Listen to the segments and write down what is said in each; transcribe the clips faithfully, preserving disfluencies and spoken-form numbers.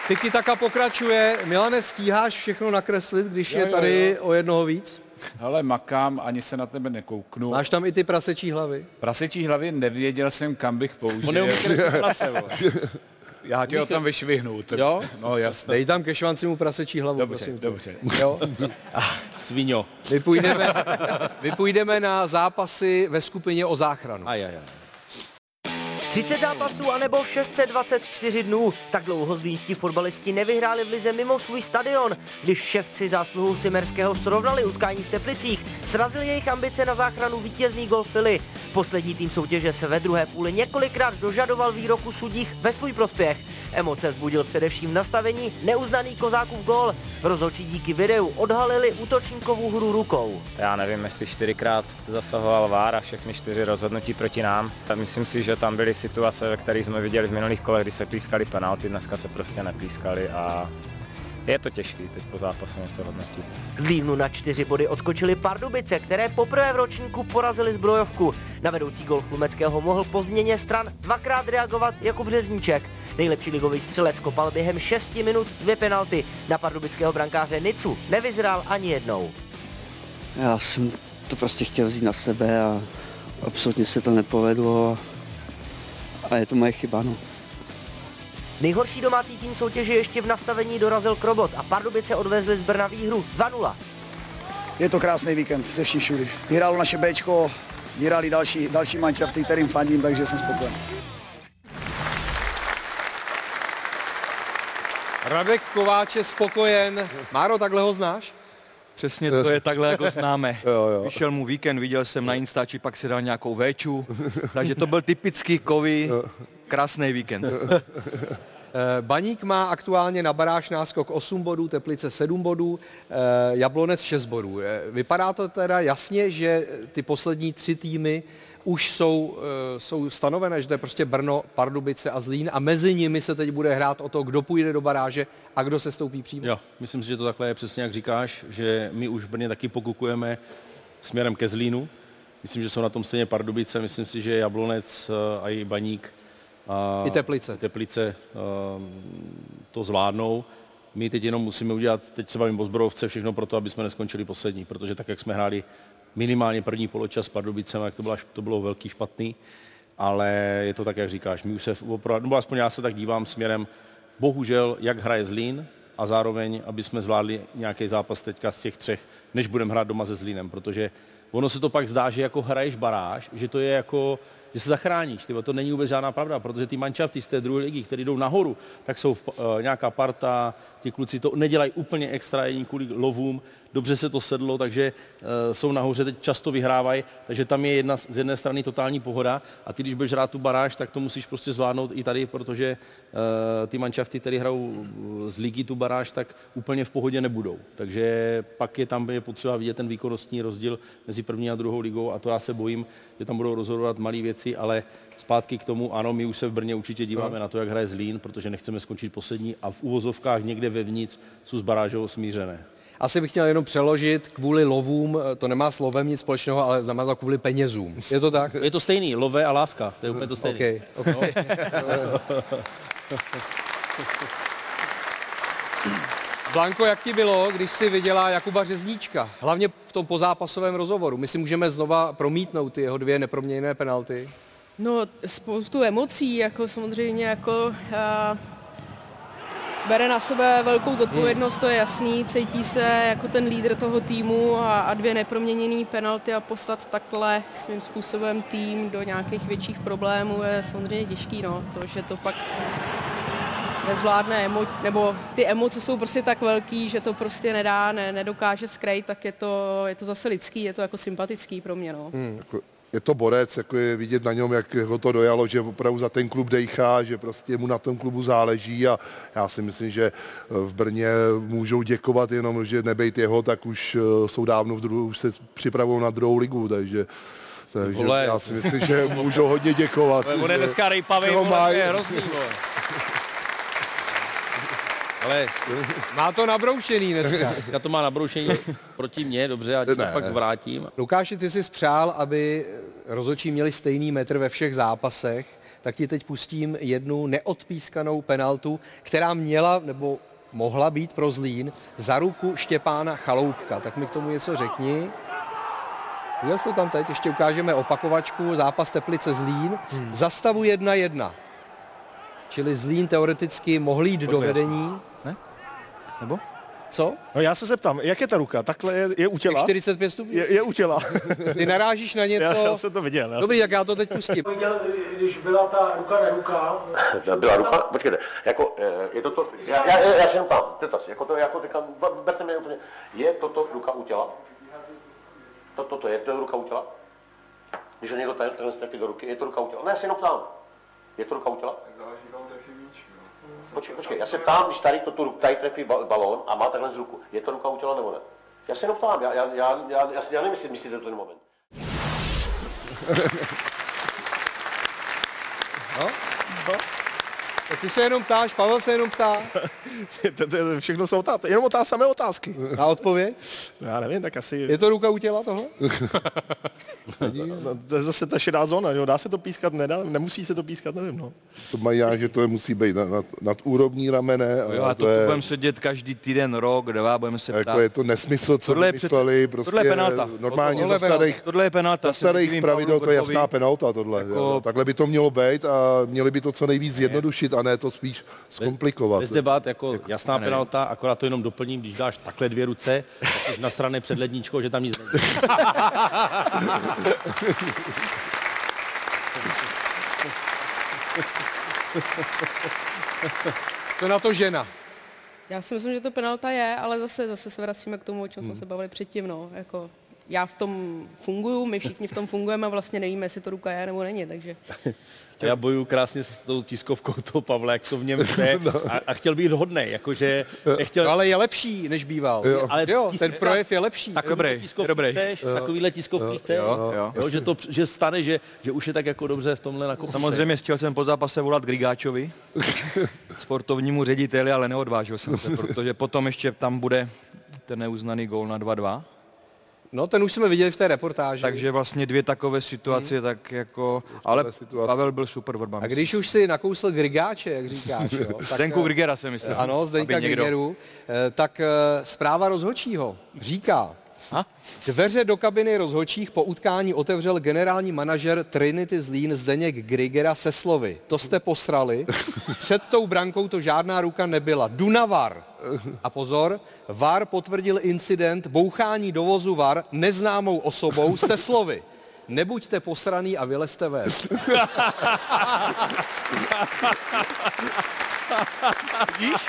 Tiki taka pokračuje. Milane, stíháš všechno nakreslit, když jo, je tady jo, jo. o jednoho víc? Hele, makám, ani se na tebe nekouknu. Máš tam i ty prasečí hlavy? Prasečí hlavy nevěděl jsem, kam bych použil. On neumí kreslit prase, vole. Já tě ho tam vyšvihnu. To... Jo? No jasně. Dej tam ke švanci mu prasečí hlavu, Dobře, prosím. dobře. Jo? Svíňo. My půjdeme, my půjdeme na zápasy ve skupině o záchranu. Aj, aj, aj. třicet zápasů anebo šest set dvacet čtyři dnů. Tak dlouho zlínští fotbalisti nevyhráli v lize mimo svůj stadion. Když ševci zásluhou Simerského srovnali utkání v Teplicích, srazil jejich ambice na záchranu vítězný gol Fili. Poslední tým soutěže se ve druhé půli několikrát dožadoval výroku sudích ve svůj prospěch. Emoce vzbudil především v nastavení neuznaný Kozákův gól. Rozhodčí díky videu odhalili útočníkovou hru rukou. Já nevím, jestli čtyřikrát zasahoval V A R a všechny čtyři rozhodnutí proti nám. Myslím si, že tam byly situace, ve kterých jsme viděli v minulých kolech, kdy se pískaly penalty, dneska se prostě nepískaly a je to těžké teď po zápase něco hodnotit. Z Línu na čtyři body odskočily Pardubice, které poprvé v ročníku porazili Zbrojovku. Na vedoucí gól Chlumeckého mohl po změně stran dvakrát reagovat Jakub Řezníček. Nejlepší ligový střelec kopal během šesti minut dvě penalty. Na pardubického brankáře Nicu nevyzrál ani jednou. Já jsem to prostě chtěl vzít na sebe a absolutně se to nepovedlo a je to moje chyba, no. Nejhorší domácí tým soutěže ještě v nastavení dorazil Krobot a Pardubice odvezli z Brna výhru dva nula. Je to krásný víkend se vším všudy. Vyhrálo naše Bčko, vyhráli další, další manšafty, kterým fandím, takže jsem spokojený. Radek Kováč je spokojen. Máro, takhle ho znáš? Přesně to je takhle, jako známe. Jo, jo. Vyšel mu víkend, viděl jsem na Instači, pak si dal nějakou véču. Takže to byl typický kový, krásný víkend. Baník má aktuálně na baráž náskok osm bodů, Teplice sedm bodů, Jablonec šest bodů. Vypadá to teda jasně, že ty poslední tři týmy už jsou, jsou stanovené, že to je prostě Brno, Pardubice a Zlín a mezi nimi se teď bude hrát o to, kdo půjde do baráže a kdo se stoupí přímo. Jo, myslím si, že to takhle je přesně, jak říkáš, že my už v Brně taky pokukujeme směrem ke Zlínu. Myslím, že jsou na tom stejně Pardubice, myslím si, že Jablonec a i Baník a I Teplice. Teplice to zvládnou. My teď jenom musíme udělat, teď se bavím o Zbrojovce, všechno pro to, aby jsme neskončili poslední, protože tak, jak jsme hráli minimálně první poločas s Pardubicem, jak to bylo, to bylo velký špatný, ale je to tak, jak říkáš. My už se opravdu, nebo aspoň já se tak dívám směrem, bohužel, jak hraje Zlín a zároveň, aby jsme zvládli nějaký zápas teďka z těch třech, než budeme hrát doma se Zlínem, protože ono se to pak zdá, že jako hraješ baráž, že to je jako, že se zachráníš. Tyba, to není vůbec žádná pravda, protože ty manšafty z té druhé ligy, které jdou nahoru, tak jsou uh, nějaká parta, ti kluci to nedělají úplně extra, jen kvůli lovům, dobře se to sedlo, takže uh, jsou nahoře, teď často vyhrávají, takže tam je jedna, z jedné strany totální pohoda a ty, když budeš hrát tu baráž, tak to musíš prostě zvládnout i tady, protože uh, ty manšafty, které hrajou z ligy tu baráž, tak úplně v pohodě nebudou. Takže pak je tam je potřeba vidět ten výkonnostní rozdíl mezi první a druhou ligou a to já se bojím, že tam budou rozhodovat malé věci, ale zpátky k tomu, ano, my už se v Brně určitě díváme no. na to, jak hraje Zlín, protože nechceme skončit poslední a v uvozovkách někde vevnitř jsou s barážou smířené. Asi bych chtěl jenom přeložit kvůli lovům, to nemá s lovem nic společného, ale znamená to kvůli penězům. Je to tak? Je to stejný, love a láska, to je úplně to stejný. Okay, okay. Blanko, jak ti bylo, když jsi viděla Jakuba Řezníčka? Hlavně v tom pozápasovém rozhovoru. My si můžeme znova promítnout ty jeho dvě neproměněné penalty. No, spoustu emocí, jako samozřejmě jako... Uh... Bere na sebe velkou zodpovědnost, to je jasný, cítí se jako ten lídr toho týmu a, a dvě neproměněné penalty a poslat takhle svým způsobem tým do nějakých větších problémů je samozřejmě těžký, no. To, že to pak nezvládne, emo, nebo ty emoce jsou prostě tak velký, že to prostě nedá, ne, nedokáže skrýt, tak je to, je to zase lidský, je to jako sympatický pro mě, no. Hmm. Je to borec, jako je vidět na něm, jak ho to dojalo, že opravdu za ten klub dejchá, že prostě mu na tom klubu záleží a já si myslím, že v Brně můžou děkovat jenom, že nebejt jeho, tak už jsou dávno v druhou, už se připravují na druhou ligu, takže, takže já si myslím, že můžou hodně děkovat. On je dneska rejpavej, vole, je hrozný, vole. Ale má to nabroušený dneska. Já to má nabroušení proti mně, dobře, já ti to pak vrátím. Lukáši, ty jsi spřál, aby rozhodčí měli stejný metr ve všech zápasech. tak ti teď pustím jednu neodpískanou penaltu, která měla nebo mohla být pro Zlín za ruku Štěpána Chaloupka. Tak mi k tomu něco řekni. Viděl jsi to tam teď? Ještě ukážeme opakovačku, zápas Teplice Zlín. Hmm. Za stavu jedna jedna. Čili Zlín teoreticky mohl jít do vedení. Ne? Nebo? Co? No já se zeptám, jak je ta ruka? Takhle je, je u těla? čtyřicet pět stupňů. Je, je u těla. Ty narážíš na něco. Já, já jsem to viděl. Dobrý, jak já to teď pustím. Když byla ta ruka na ruka. Byla ruka? Počkejte, jako je to to, já, já, já jsem tam, dotaz, jako to, jako teďka, berte mě úplně, je toto ruka u těla? Toto to je, to je ruka u těla? Když ho někdo tady trefí do ruky, je to ruka u těla? Ne, já se jenom ptám. Je to ruka u těla? Počkej, počkej, já se ptám, když tady, to, tu, tady trefí balón a má takhle z ruku, je to ruka u těla nebo ne? Já se jenom ptám, já, já, já, já, já, já nevím, jestli myslíte ten moment. No? No? Ty se jenom ptáš, Pavel se jenom ptá. to, to, všechno jsou otázky, jenom otázky, samé otázky. A odpověď? Já nevím, tak asi... Je to ruka u těla tohle? no, to je zase ta šedá zóna, jo? Dá se to pískat, nedá, nemusí se to pískat, nevím, no. To mají já, že to je, musí být nad, nad, nad úrovní ramene. A jo, a to, to je... budeme sedět každý týden, rok, dva, budeme se ptát. Jako je to nesmysl, co vymysleli, prostě tohle je penalta. Normálně tohle za starých, tohle je penalta. za starých pravidel to je jasná penalta, tohle. Jako... Takhle by to mělo být a měli by to co nejvíc zjednodušit a ne to spíš zkomplikovat. Bez debat, jako jasná penalta, akorát to jenom doplním, když dáš takhle dvě ruce, tak na straně před ledničkou, že tam nic není. Co na to žena? Já si myslím, že to penalta je, ale zase, zase se vracíme k tomu, o čem hmm. jsme se bavili předtím. No. Jako, já v tom funguju, my všichni v tom fungujeme a vlastně nevíme, jestli to ruka je nebo není, takže... Já bojuju krásně s tou tiskovkou toho Pavla, jak to v něm chce a, a chtěl být hodnej, jakože... Nechtěl... No, ale je lepší, než býval. Jo. Ale jo, ten projev je lepší. Tak dobrý, dobrý. Chceš, takovýhle tiskovky chceš, jo, jo. Jo, že to že stane, že, že už je tak jako dobře v tomhle nakopce. Samozřejmě chtěl jsem po zápase volat Grigáčovi, sportovnímu řediteli, ale neodvážil jsem se, protože potom ještě tam bude ten neuznaný gól na dva dva. No, ten už jsme viděli v té reportáži. Takže vlastně dvě takové situace, hmm. tak jako, ale situace. Pavel byl super vorba. A když už si nakousl Grigáče, jak říkáš, jo. Tak, Zdenku Grigera jsem myslel. Ano, Zdenka Grigeru. Tak zpráva rozhodčího říká, ha? Dveře do kabiny rozhodčích po utkání otevřel generální manažer Trinity Zlín Zdeněk Grigera se slovy: to jste posrali, před tou brankou to žádná ruka nebyla. Jdu na V A R. A pozor, V A R potvrdil incident bouchání do vozu V A R neznámou osobou se slovy: nebuďte posraný a vylezte ven. Víš?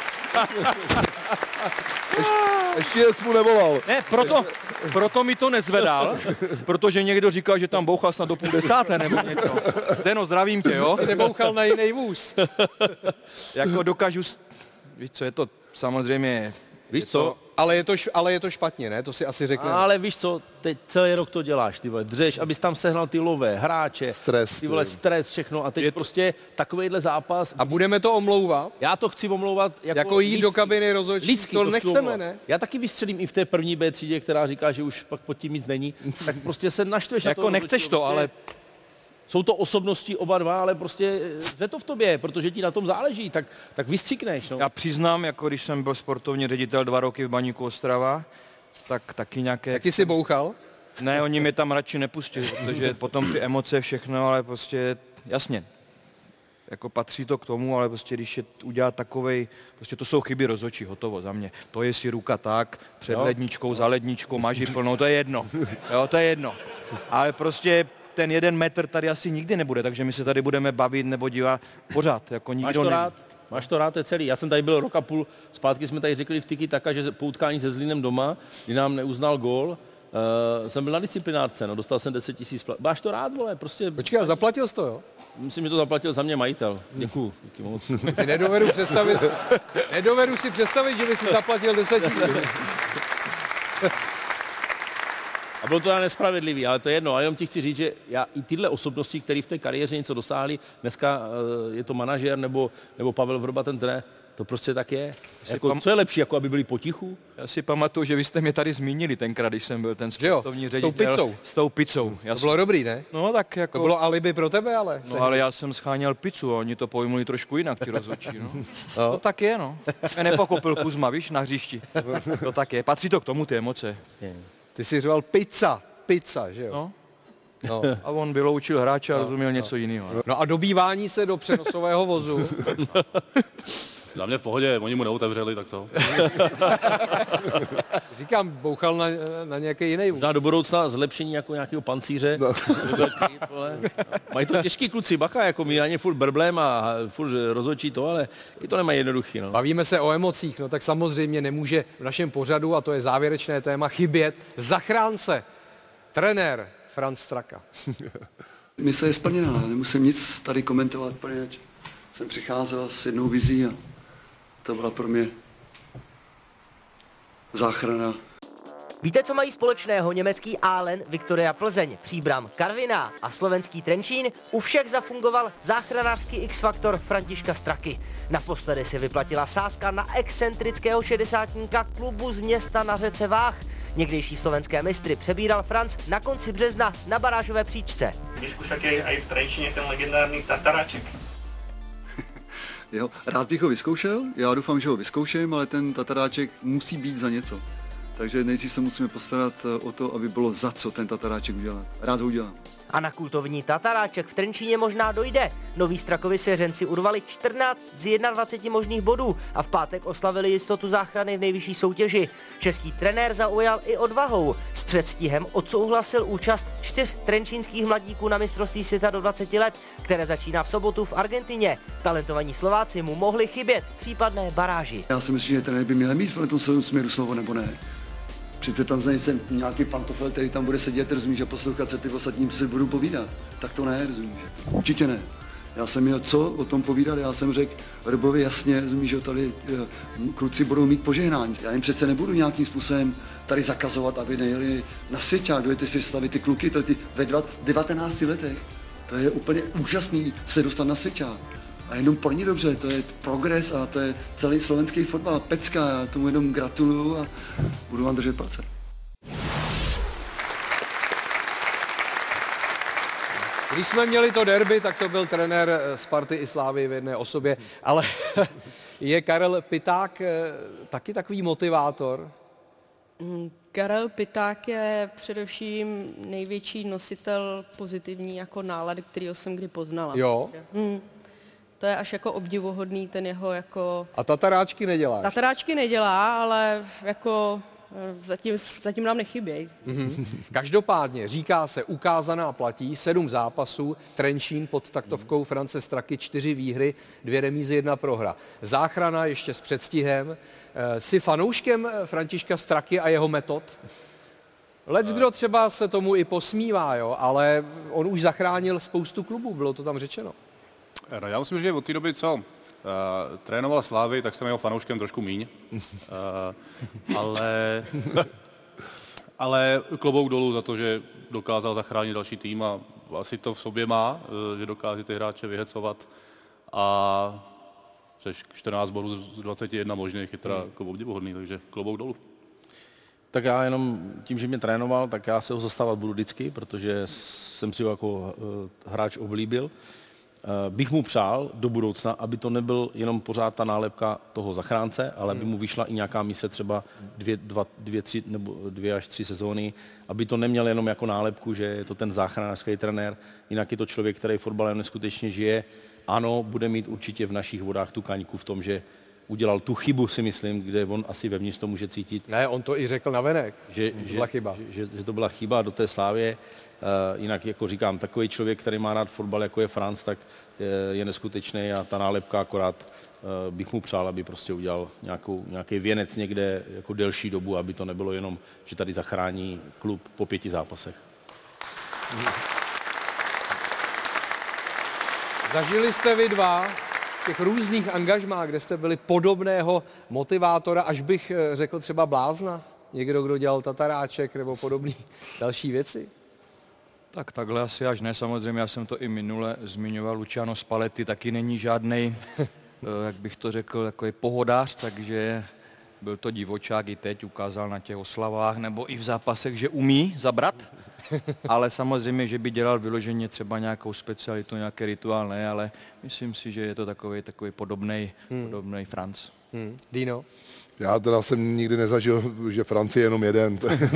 Ještě jsi mu nevolal. Ne, proto, proto mi to nezvedal, protože někdo říkal, že tam bouchal snad do půl desáté nebo něco. Zdeno, zdravím tě, jo? Jsi nebouchal na jiný vůz. Jako dokážu, víš co, je to samozřejmě... Víš co? Ale je, to, ale je to špatně, ne? To si asi řekne. Ale víš co, teď celý rok to děláš, ty vole, dřeš, abys tam sehnal ty lové, hráče, stres, ty vole, stres, všechno a teď je prostě takovejhle zápas. A budeme to omlouvat? Já to chci omlouvat jako, jako jít lidsky, do kabiny rozhodčí, to, to nechceme, ne? Já taky vystřelím i v té první B třídě, která říká, že už pak pod tím nic není, tak prostě se naštveš. Jako nechceš to, prostě, ale... Jsou to osobnosti oba dva, ale prostě jde to v tobě, protože ti na tom záleží, tak, tak vystříkneš. No. Já přiznám, jako když jsem byl sportovní ředitel dva roky v Baníku Ostrava, tak taky nějaké... Taky jsi bouchal? Ne, oni mě tam radši nepustili, protože potom ty emoce, všechno, ale prostě jasně. Jako patří to k tomu, ale prostě když je udělat takovej, prostě to jsou chyby rozhodčí, hotovo za mě. To je si ruka tak, před no. ledničkou, za ledničkou, maži plnou, to je jedno. Jo, to je jedno. Ale prostě ten jeden metr tady asi nikdy nebude, takže my se tady budeme bavit nebo dívat pořád, jako nikdo. Máš to ne... rád? Máš to rád, to je celý. Já jsem tady byl rok a půl zpátky, jsme tady řekli v Tiki Taka, že po utkání se Zlínem doma, kdy nám neuznal gól, uh, jsem byl na disciplinárce, no, dostal jsem deset tisíc. Pl- Máš to rád, vole, prostě. Počkej, zaplatil jsi to, jo? Myslím, že to zaplatil za mě majitel. Děkuju. Díky moc. Si nedovedu představit, nedovedu si představit, že by si zaplatil deset tisíc. A bylo to teda nespravedlivý, ale to je jedno. A jenom ti chci říct, že já i tyhle osobnosti, které v té kariéře něco dosáhly, dneska uh, je to manažer nebo, nebo Pavel Vrba, ten trenér, To prostě tak je. Jako, co je lepší, jako aby byli potichu? Já si pamatuju, že vy jste mě tady zmínili tenkrát, když jsem byl ten sportovní ředitel. S tou pizzou. S tou pizzou. To bylo dobrý, ne? No tak jako... To bylo alibi pro tebe, ale... No ale já jsem scháněl pizzu a oni to pojmuli trošku jinak, ti rozhodčí, no. no. To tak je, no. Já nepokopil Kuzma, víš, na hřišti. To tak je. Patří to k tomu, ty emoce. Ty jsi říval pizza, pizza, že jo? No. No. A on vyloučil hráče a no, rozuměl no. něco jiného. No a dobývání se do přenosového vozu. Za mě v pohodě, oni mu neotevřeli, tak co? Říkám, bouchal na, na nějaký jiný vůz. Možná do budoucna zlepšení jako nějakého pancíře. No. Mají to těžký kluci, bacha, jako my ani furt brblem a furt rozhodčí to, ale i to nemají jednoduchý. No. Bavíme se o emocích, no tak samozřejmě nemůže v našem pořadu, a to je závěrečné téma, chybět zachránce, trenér Franz Straka. Mise je splněná, nemusím nic tady komentovat, protože jsem přicházel s jednou vizí a to byla pro mě záchrana. Víte, co mají společného německý Aalen, Viktoria Plzeň, Příbram, Karviná a slovenský Trenčín? U všech zafungoval záchranářský X-faktor Františka Straky. Naposledy se vyplatila sázka na excentrického šedesátníka klubu z města na řece Váh. Někdejší slovenské mistry přebíral Franc na konci března na barážové příčce. Vyzkoušate aj v Trenčíně ten legendární tataráček? Jo, rád bych ho vyzkoušel, já doufám, že ho vyzkouším, ale ten tataráček musí být za něco. Takže nejdřív se musíme postarat o to, aby bylo za co ten tataráček udělat. Rád ho udělám. A na kultovní tataráček v Trenčíně možná dojde. Noví Strakovi svěřenci urvali čtrnáct z dvaceti jedna možných bodů a v pátek oslavili jistotu záchrany v nejvyšší soutěži. Český trenér zaujal i odvahou. S předstihem odsouhlasil účast čtyř trenčínských mladíků na mistrovství světa do dvaceti let, které začíná v sobotu v Argentině. Talentovaní Slováci mu mohli chybět v případné baráži. Já si myslím, že trenér by měl mít v tom svém směru slovo nebo ne. Přece tam znajde nějaký pantofel, který tam bude sedět, rozumíš, a poslouchat se ty ostatní si budou povídat. Tak to ne, rozumíš. Určitě ne. Já jsem měl co o tom povídat, já jsem řekl Robovi jasně, rozumíš, že tady kluci budou mít požehnání. Já jim přece nebudu nějakým způsobem tady zakazovat, aby nejeli na svěťák, dovedete si představit ty kluky tady ve devatenácti letech. To je úplně úžasný se dostat na svěťák. A jenom pro ně dobře, to je progres a to je celý slovenský fotbal, pecka, já tomu jenom gratuluju a budu vám držet palce. Když jsme měli to derby, tak to byl trenér Sparty i Slávy v jedné osobě, ale je Karel Piták taky takový motivátor? Karel Piták je především největší nositel pozitivní jako nálady, kterýho jsem kdy poznala. Jo? Hmm. To je až jako obdivuhodný ten jeho jako... A tataráčky neděláš? Tataráčky nedělá, ale jako zatím, zatím nám nechybějí. Mm-hmm. Každopádně říká se ukázaná platí, sedm zápasů, Trenčín pod taktovkou France Straky, čtyři výhry, dvě remízy, jedna prohra. Záchrana ještě s předstihem. Jsi fanouškem Františka Straky a jeho metod? Leckdo třeba se tomu i posmívá, jo, ale on už zachránil spoustu klubů, bylo to tam řečeno. No, já myslím, že od té doby, co uh, trénoval Slávy, tak jsem jeho fanouškem trošku míň. Uh, ale, ale klobouk dolů za to, že dokázal zachránit další tým a asi to v sobě má, uh, že dokáže ty hráče vyhecovat. A přes čtrnáct bodů z dvaceti jedna možných je teda jako obdivuhodný, takže klobouk dolů. Tak já jenom tím, že mě trénoval, tak já se ho zastávat budu vždycky, protože jsem si ho jako uh, hráč oblíbil. Bych mu přál do budoucna, aby to nebyl jenom pořád ta nálepka toho zachránce, ale aby mu vyšla i nějaká mise třeba dvě, dva, dvě, tři, nebo dvě až tři sezóny, aby to neměl jenom jako nálepku, že je to ten záchranářský trenér, jinak je to člověk, který fotbalem neskutečně žije. Ano, bude mít určitě v našich vodách tu kaňku v tom, že udělal tu chybu, si myslím, kde on asi vevnitř to může cítit. Ne, on to i řekl navenek, že, že, byla chyba. Že, že, že to byla chyba do té Slávě. Uh, jinak, jako říkám, takový člověk, který má rád fotbal, jako je Franc, tak je, je neskutečný a ta nálepka akorát uh, bych mu přál, aby prostě udělal nějakou, nějaký věnec někde jako delší dobu, aby to nebylo jenom, že tady zachrání klub po pěti zápasech. Zažili jste vy dva těch různých angažmá, kde jste byli podobného motivátora, až bych řekl třeba blázna? Někdo, kdo dělal tataráček nebo podobné další věci? Tak takhle asi až ne, samozřejmě, já jsem to i minule zmiňoval, Luciano Spalletti taky není žádnej jak bych to řekl, takový pohodář, takže byl to divočák i teď, ukázal na těch oslavách nebo i v zápasech, že umí zabrat, ale samozřejmě, že by dělal vyloženě třeba nějakou specialitu, nějaký rituál, ne, ale myslím si, že je to takový, takový podobnej, hmm. podobnej Franc. Hmm. Dino? Já teda jsem nikdy nezažil, že Francie je jenom jeden,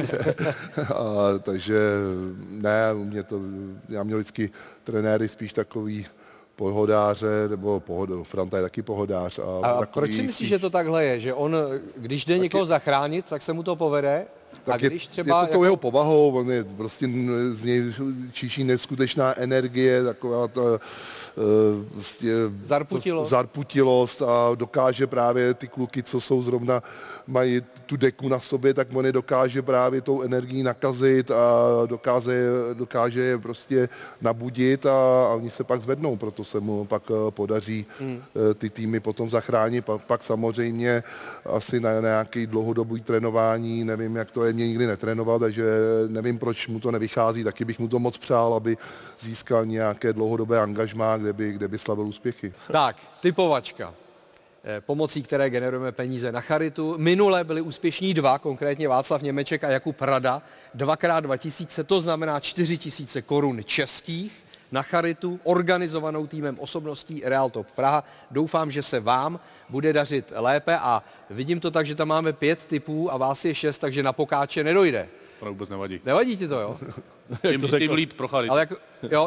a, takže ne, mě to, já měl vždycky trenéry spíš takový pohodáře, nebo pohod, Franta je taky pohodář. A, a proč si myslíš, že to takhle je? Že on, když jde někoho zachránit, tak se mu to povede? Tak a když je, třeba je to tou jako... jeho povahou, on je prostě z něj čiší neskutečná energie, taková ta prostě zarputilost. zarputilost a dokáže právě ty kluky, co jsou zrovna, mají tu deku na sobě, tak on je dokáže právě tou energií nakazit a dokáže, dokáže je prostě nabudit a, a oni se pak zvednou, proto se mu pak podaří hmm. ty týmy potom zachránit. Pak, pak samozřejmě asi na nějaký dlouhodobý trénování, nevím, jak to je, mě nikdy netrénoval, takže nevím, proč mu to nevychází, taky bych mu to moc přál, aby získal nějaké dlouhodobé angažmá, kde by, kde by slavil úspěchy. Tak, typovačka. Pomocí které generujeme peníze na charitu. Minule byli úspěšní dva, konkrétně Václav Němeček a Jakub Rada, dvakrát dva tisíce, to znamená čtyři tisíce korun českých na charitu, organizovanou týmem osobností Real Top Praha. Doufám, že se vám bude dařit lépe a vidím to tak, že tam máme pět typů a vás je šest, takže na pokáče nedojde. To vůbec nevadí. Nevadí ti to, jo? Tím, tím líp pro charitu. Ale jako, jo.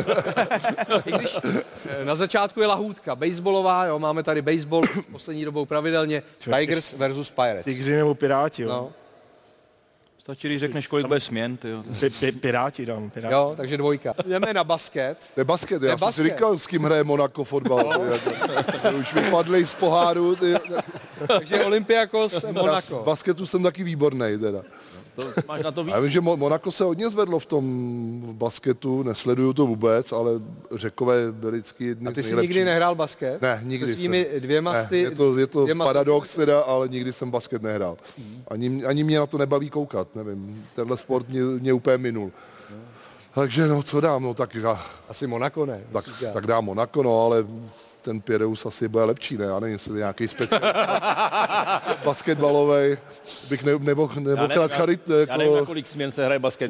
I když na začátku je lahůdka, baseballová, jo, máme tady baseball poslední dobou pravidelně, Tigers versus Pirates. Tigři nebo Piráti, jo. No. Stačí, když řekneš, kolik bude směn, ty jo. Pi, pi, piráti dám, Piráti. Jo, takže dvojka. Jdeme na basket. To je basket, já je jsem basket. si říkal, s kým hraje Monaco fotbal. Ty, jako, už vypadli z poháru. Ty, takže Olympiakos, Monaco. Já v basketu jsem taky výbornej teda. To máš na to víc. Já vím, že Monaco se hodně zvedlo v tom basketu, nesleduju to vůbec, ale Řekové byli vždycky jedni A ty z jsi nejlepších. nikdy nehrál basket? Ne, nikdy. Se svými dvěma ne, sty... je to, je to paradox sty... teda, ale nikdy jsem basket nehrál. Ani, ani mě na to nebaví koukat, nevím. Tenhle sport mě, mě úplně minul. Takže no, co dám, no tak já... Asi Monaco ne. Tak, tak dám Monaco, no, ale ten Pireus asi bude lepší, ne? Já nevím, jestli nějaký speciální basketbalovej bych ne, nebo, nebo krát charit, jako... Já nevím, na kolik směn se hraje basket.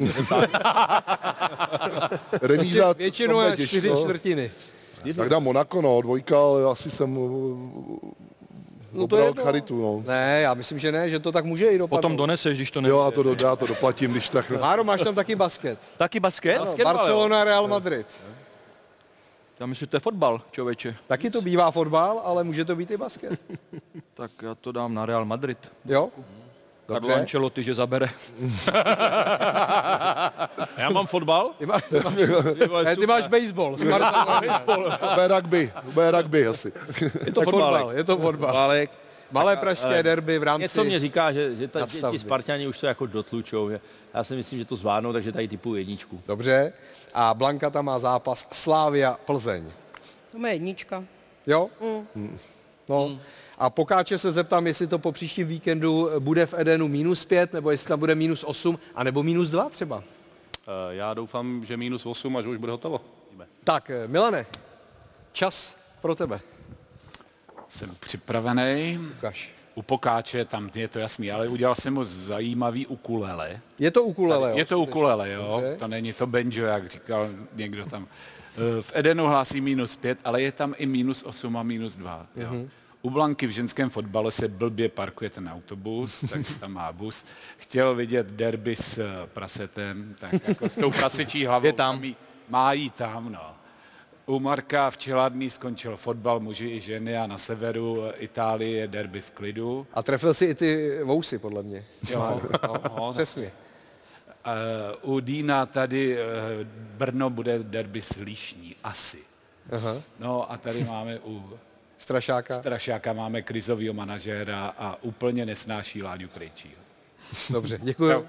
Remíza... Většinou je čtyři čtvrtiny. Tak dám Monaco, no, dvojka, ale asi jsem no to je to. charitu, no. Ne, já myslím, že ne, že to tak může i dopadnout. Potom doneseš, když to nevíš. Jo, já to, do, já to doplatím, když tak... Máro, máš tam taky basket. Taky basket? Ano, Barcelona, Real Madrid. Já myslím, že to je fotbal, člověče. Taky to bývá fotbal, ale může to být i basket. Tak já to dám na Real Madrid. Jo? Carlo Ancelotti, že zabere. Já mám fotbal? Ty, má, ty, máš, ne, ty máš baseball. Bude rugby, bude rugby asi. Je to fotbal, je to fotbal. Malé pražské derby v rámci... Něco mě říká, že, že ta, ti Spartani už to jako dotlučou. Že já si myslím, že to zvládnou, takže tady typu jedničku. Dobře. A Blanka tam má zápas Slavia Plzeň. To má jednička. Jo? Mm. No. Mm. A pokáče se zeptám, jestli to po příštím víkendu bude v Edenu minus pět, nebo jestli tam bude minus osm, anebo minus dva třeba. Já doufám, že minus osm a že už bude hotovo. Tak, Milane, čas pro tebe. Jsem připravený. Ukaž. U Pokáče, tam je to jasný, ale udělal jsem mu zajímavý ukulele. Je to ukulele, jo? Je to ukulele, jo. Dobře. To není to banjo, jak říkal někdo tam. V Edenu hlásí minus pět, ale je tam i minus osm a minus dva. Jo. Mm-hmm. U Blanky v ženském fotbale se blbě parkuje ten autobus, takže tam má bus. Chtěl vidět derby s prasetem, tak jako s tou prasečí hlavou. Je tam. Má jí tam, no. U Marka v Čeladný skončil fotbal muži i ženy a na severu Itálie je derby v klidu. A trefil si i ty vousy, podle mě. Jo, no, no, přesně. Uh, u Dýna tady uh, Brno bude derby s Líšní, asi. Aha. No a tady máme u Strašáka. Strašáka máme krizového manažéra a úplně nesnáší Láďu Krejčího. Dobře, děkuji.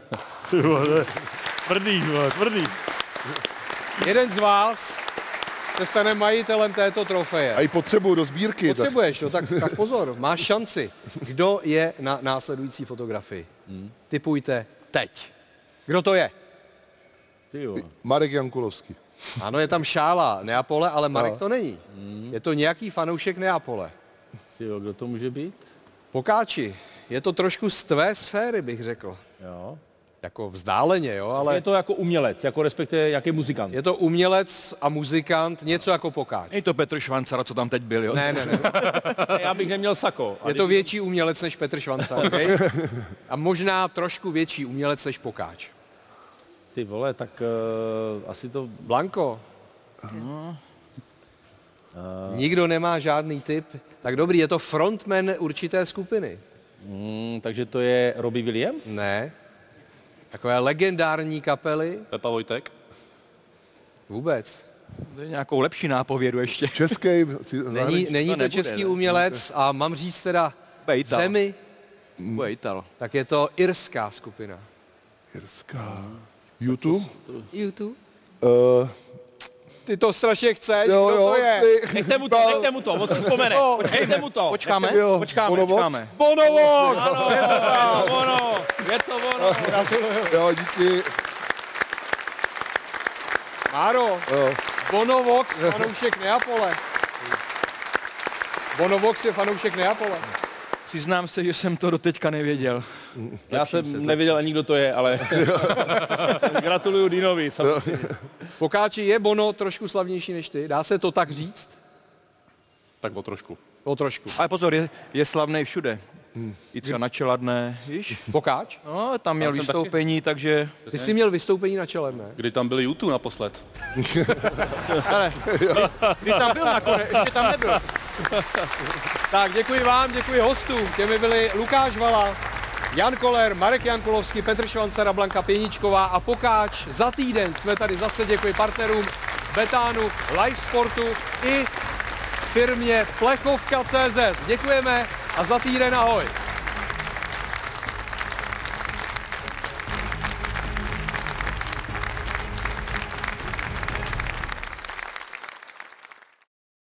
Tvrdý, tvrdý. Jeden z vás se stane majitelem této trofeje. A i potřebuju do sbírky. Potřebuješ, tak. No, tak, tak pozor, máš šanci. Kdo je na následující fotografii? Hmm. Tipujte teď. Kdo to je? Ty jo. Marek Jankulovský. Ano, je tam šála Neapole, ale Marek No. to není. Je to nějaký fanoušek Neapole. Tyjo, kdo to může být? Pokáči, je to trošku z tvé sféry, bych řekl. Jo. Jako vzdáleně, jo, ale... Je to jako umělec, jako respektive jaký muzikant. Je to umělec a muzikant, něco jako Pokáč. Je to Petr Švancara, co tam teď byl, jo? Ne, ne, ne. Já bych neměl sako. Je to větší umělec než Petr Švancara, okay? A možná trošku větší umělec než Pokáč. Ty vole, tak uh, asi to... Blanko. No. Uh... Nikdo nemá žádný tip. Tak dobrý, je to frontman určité skupiny. Mm, takže to je Robbie Williams? Ne. Takové legendární kapely. Pepa Vojtek? Vůbec. To je nějakou lepší nápovědu ještě. Český. Není, není to, to nebude, český ne? umělec a mám říct teda Ital. zemi, Bude Ital. tak je to irská skupina. Irská. YouTube? YouTube. Uh, Ty to strašně chceš, jo, kdo jo, to je? chci. Nechte mu to, nechte mu to, on si vzpomene. Nechte mu to. Počkáme? Jo, Počkáme, Bonovox? počkáme. Bonovox! Ano, je to ono. Je to ono. Jo, díky. Máro, Jo. Bonovox, fanoušek Neapole. Bonovox je fanoušek Neapole. Přiznám se, že jsem to doteďka nevěděl. Já jsem nevěděl ani, kdo to je, ale gratuluju Dinovi. Pokáči, je Bono trošku slavnější než ty? Dá se to tak říct? Tak o trošku. O trošku. Ale pozor, je, je slavný všude. I třeba na Čeladné, víš? Pokáč? No, tam měl Já jsem vystoupení, takže... Ty jsi měl vystoupení na čele, ne? Kdy tam byli YouTube naposled? Ale, kdy, kdy tam byl nakonec, ještě tam nebyl. Tak děkuji vám, děkuji hostům. Těmi byli Lukáš Vala, Jan Koller, Marek Jankulovský, Petr Švancara, Blanka Pěničková a Pokáč. Za týden jsme tady zase, děkuji partnerům z Betánu, Live Sportu i firmě Plechovka tečka cé zet. Děkujeme a za týden ahoj.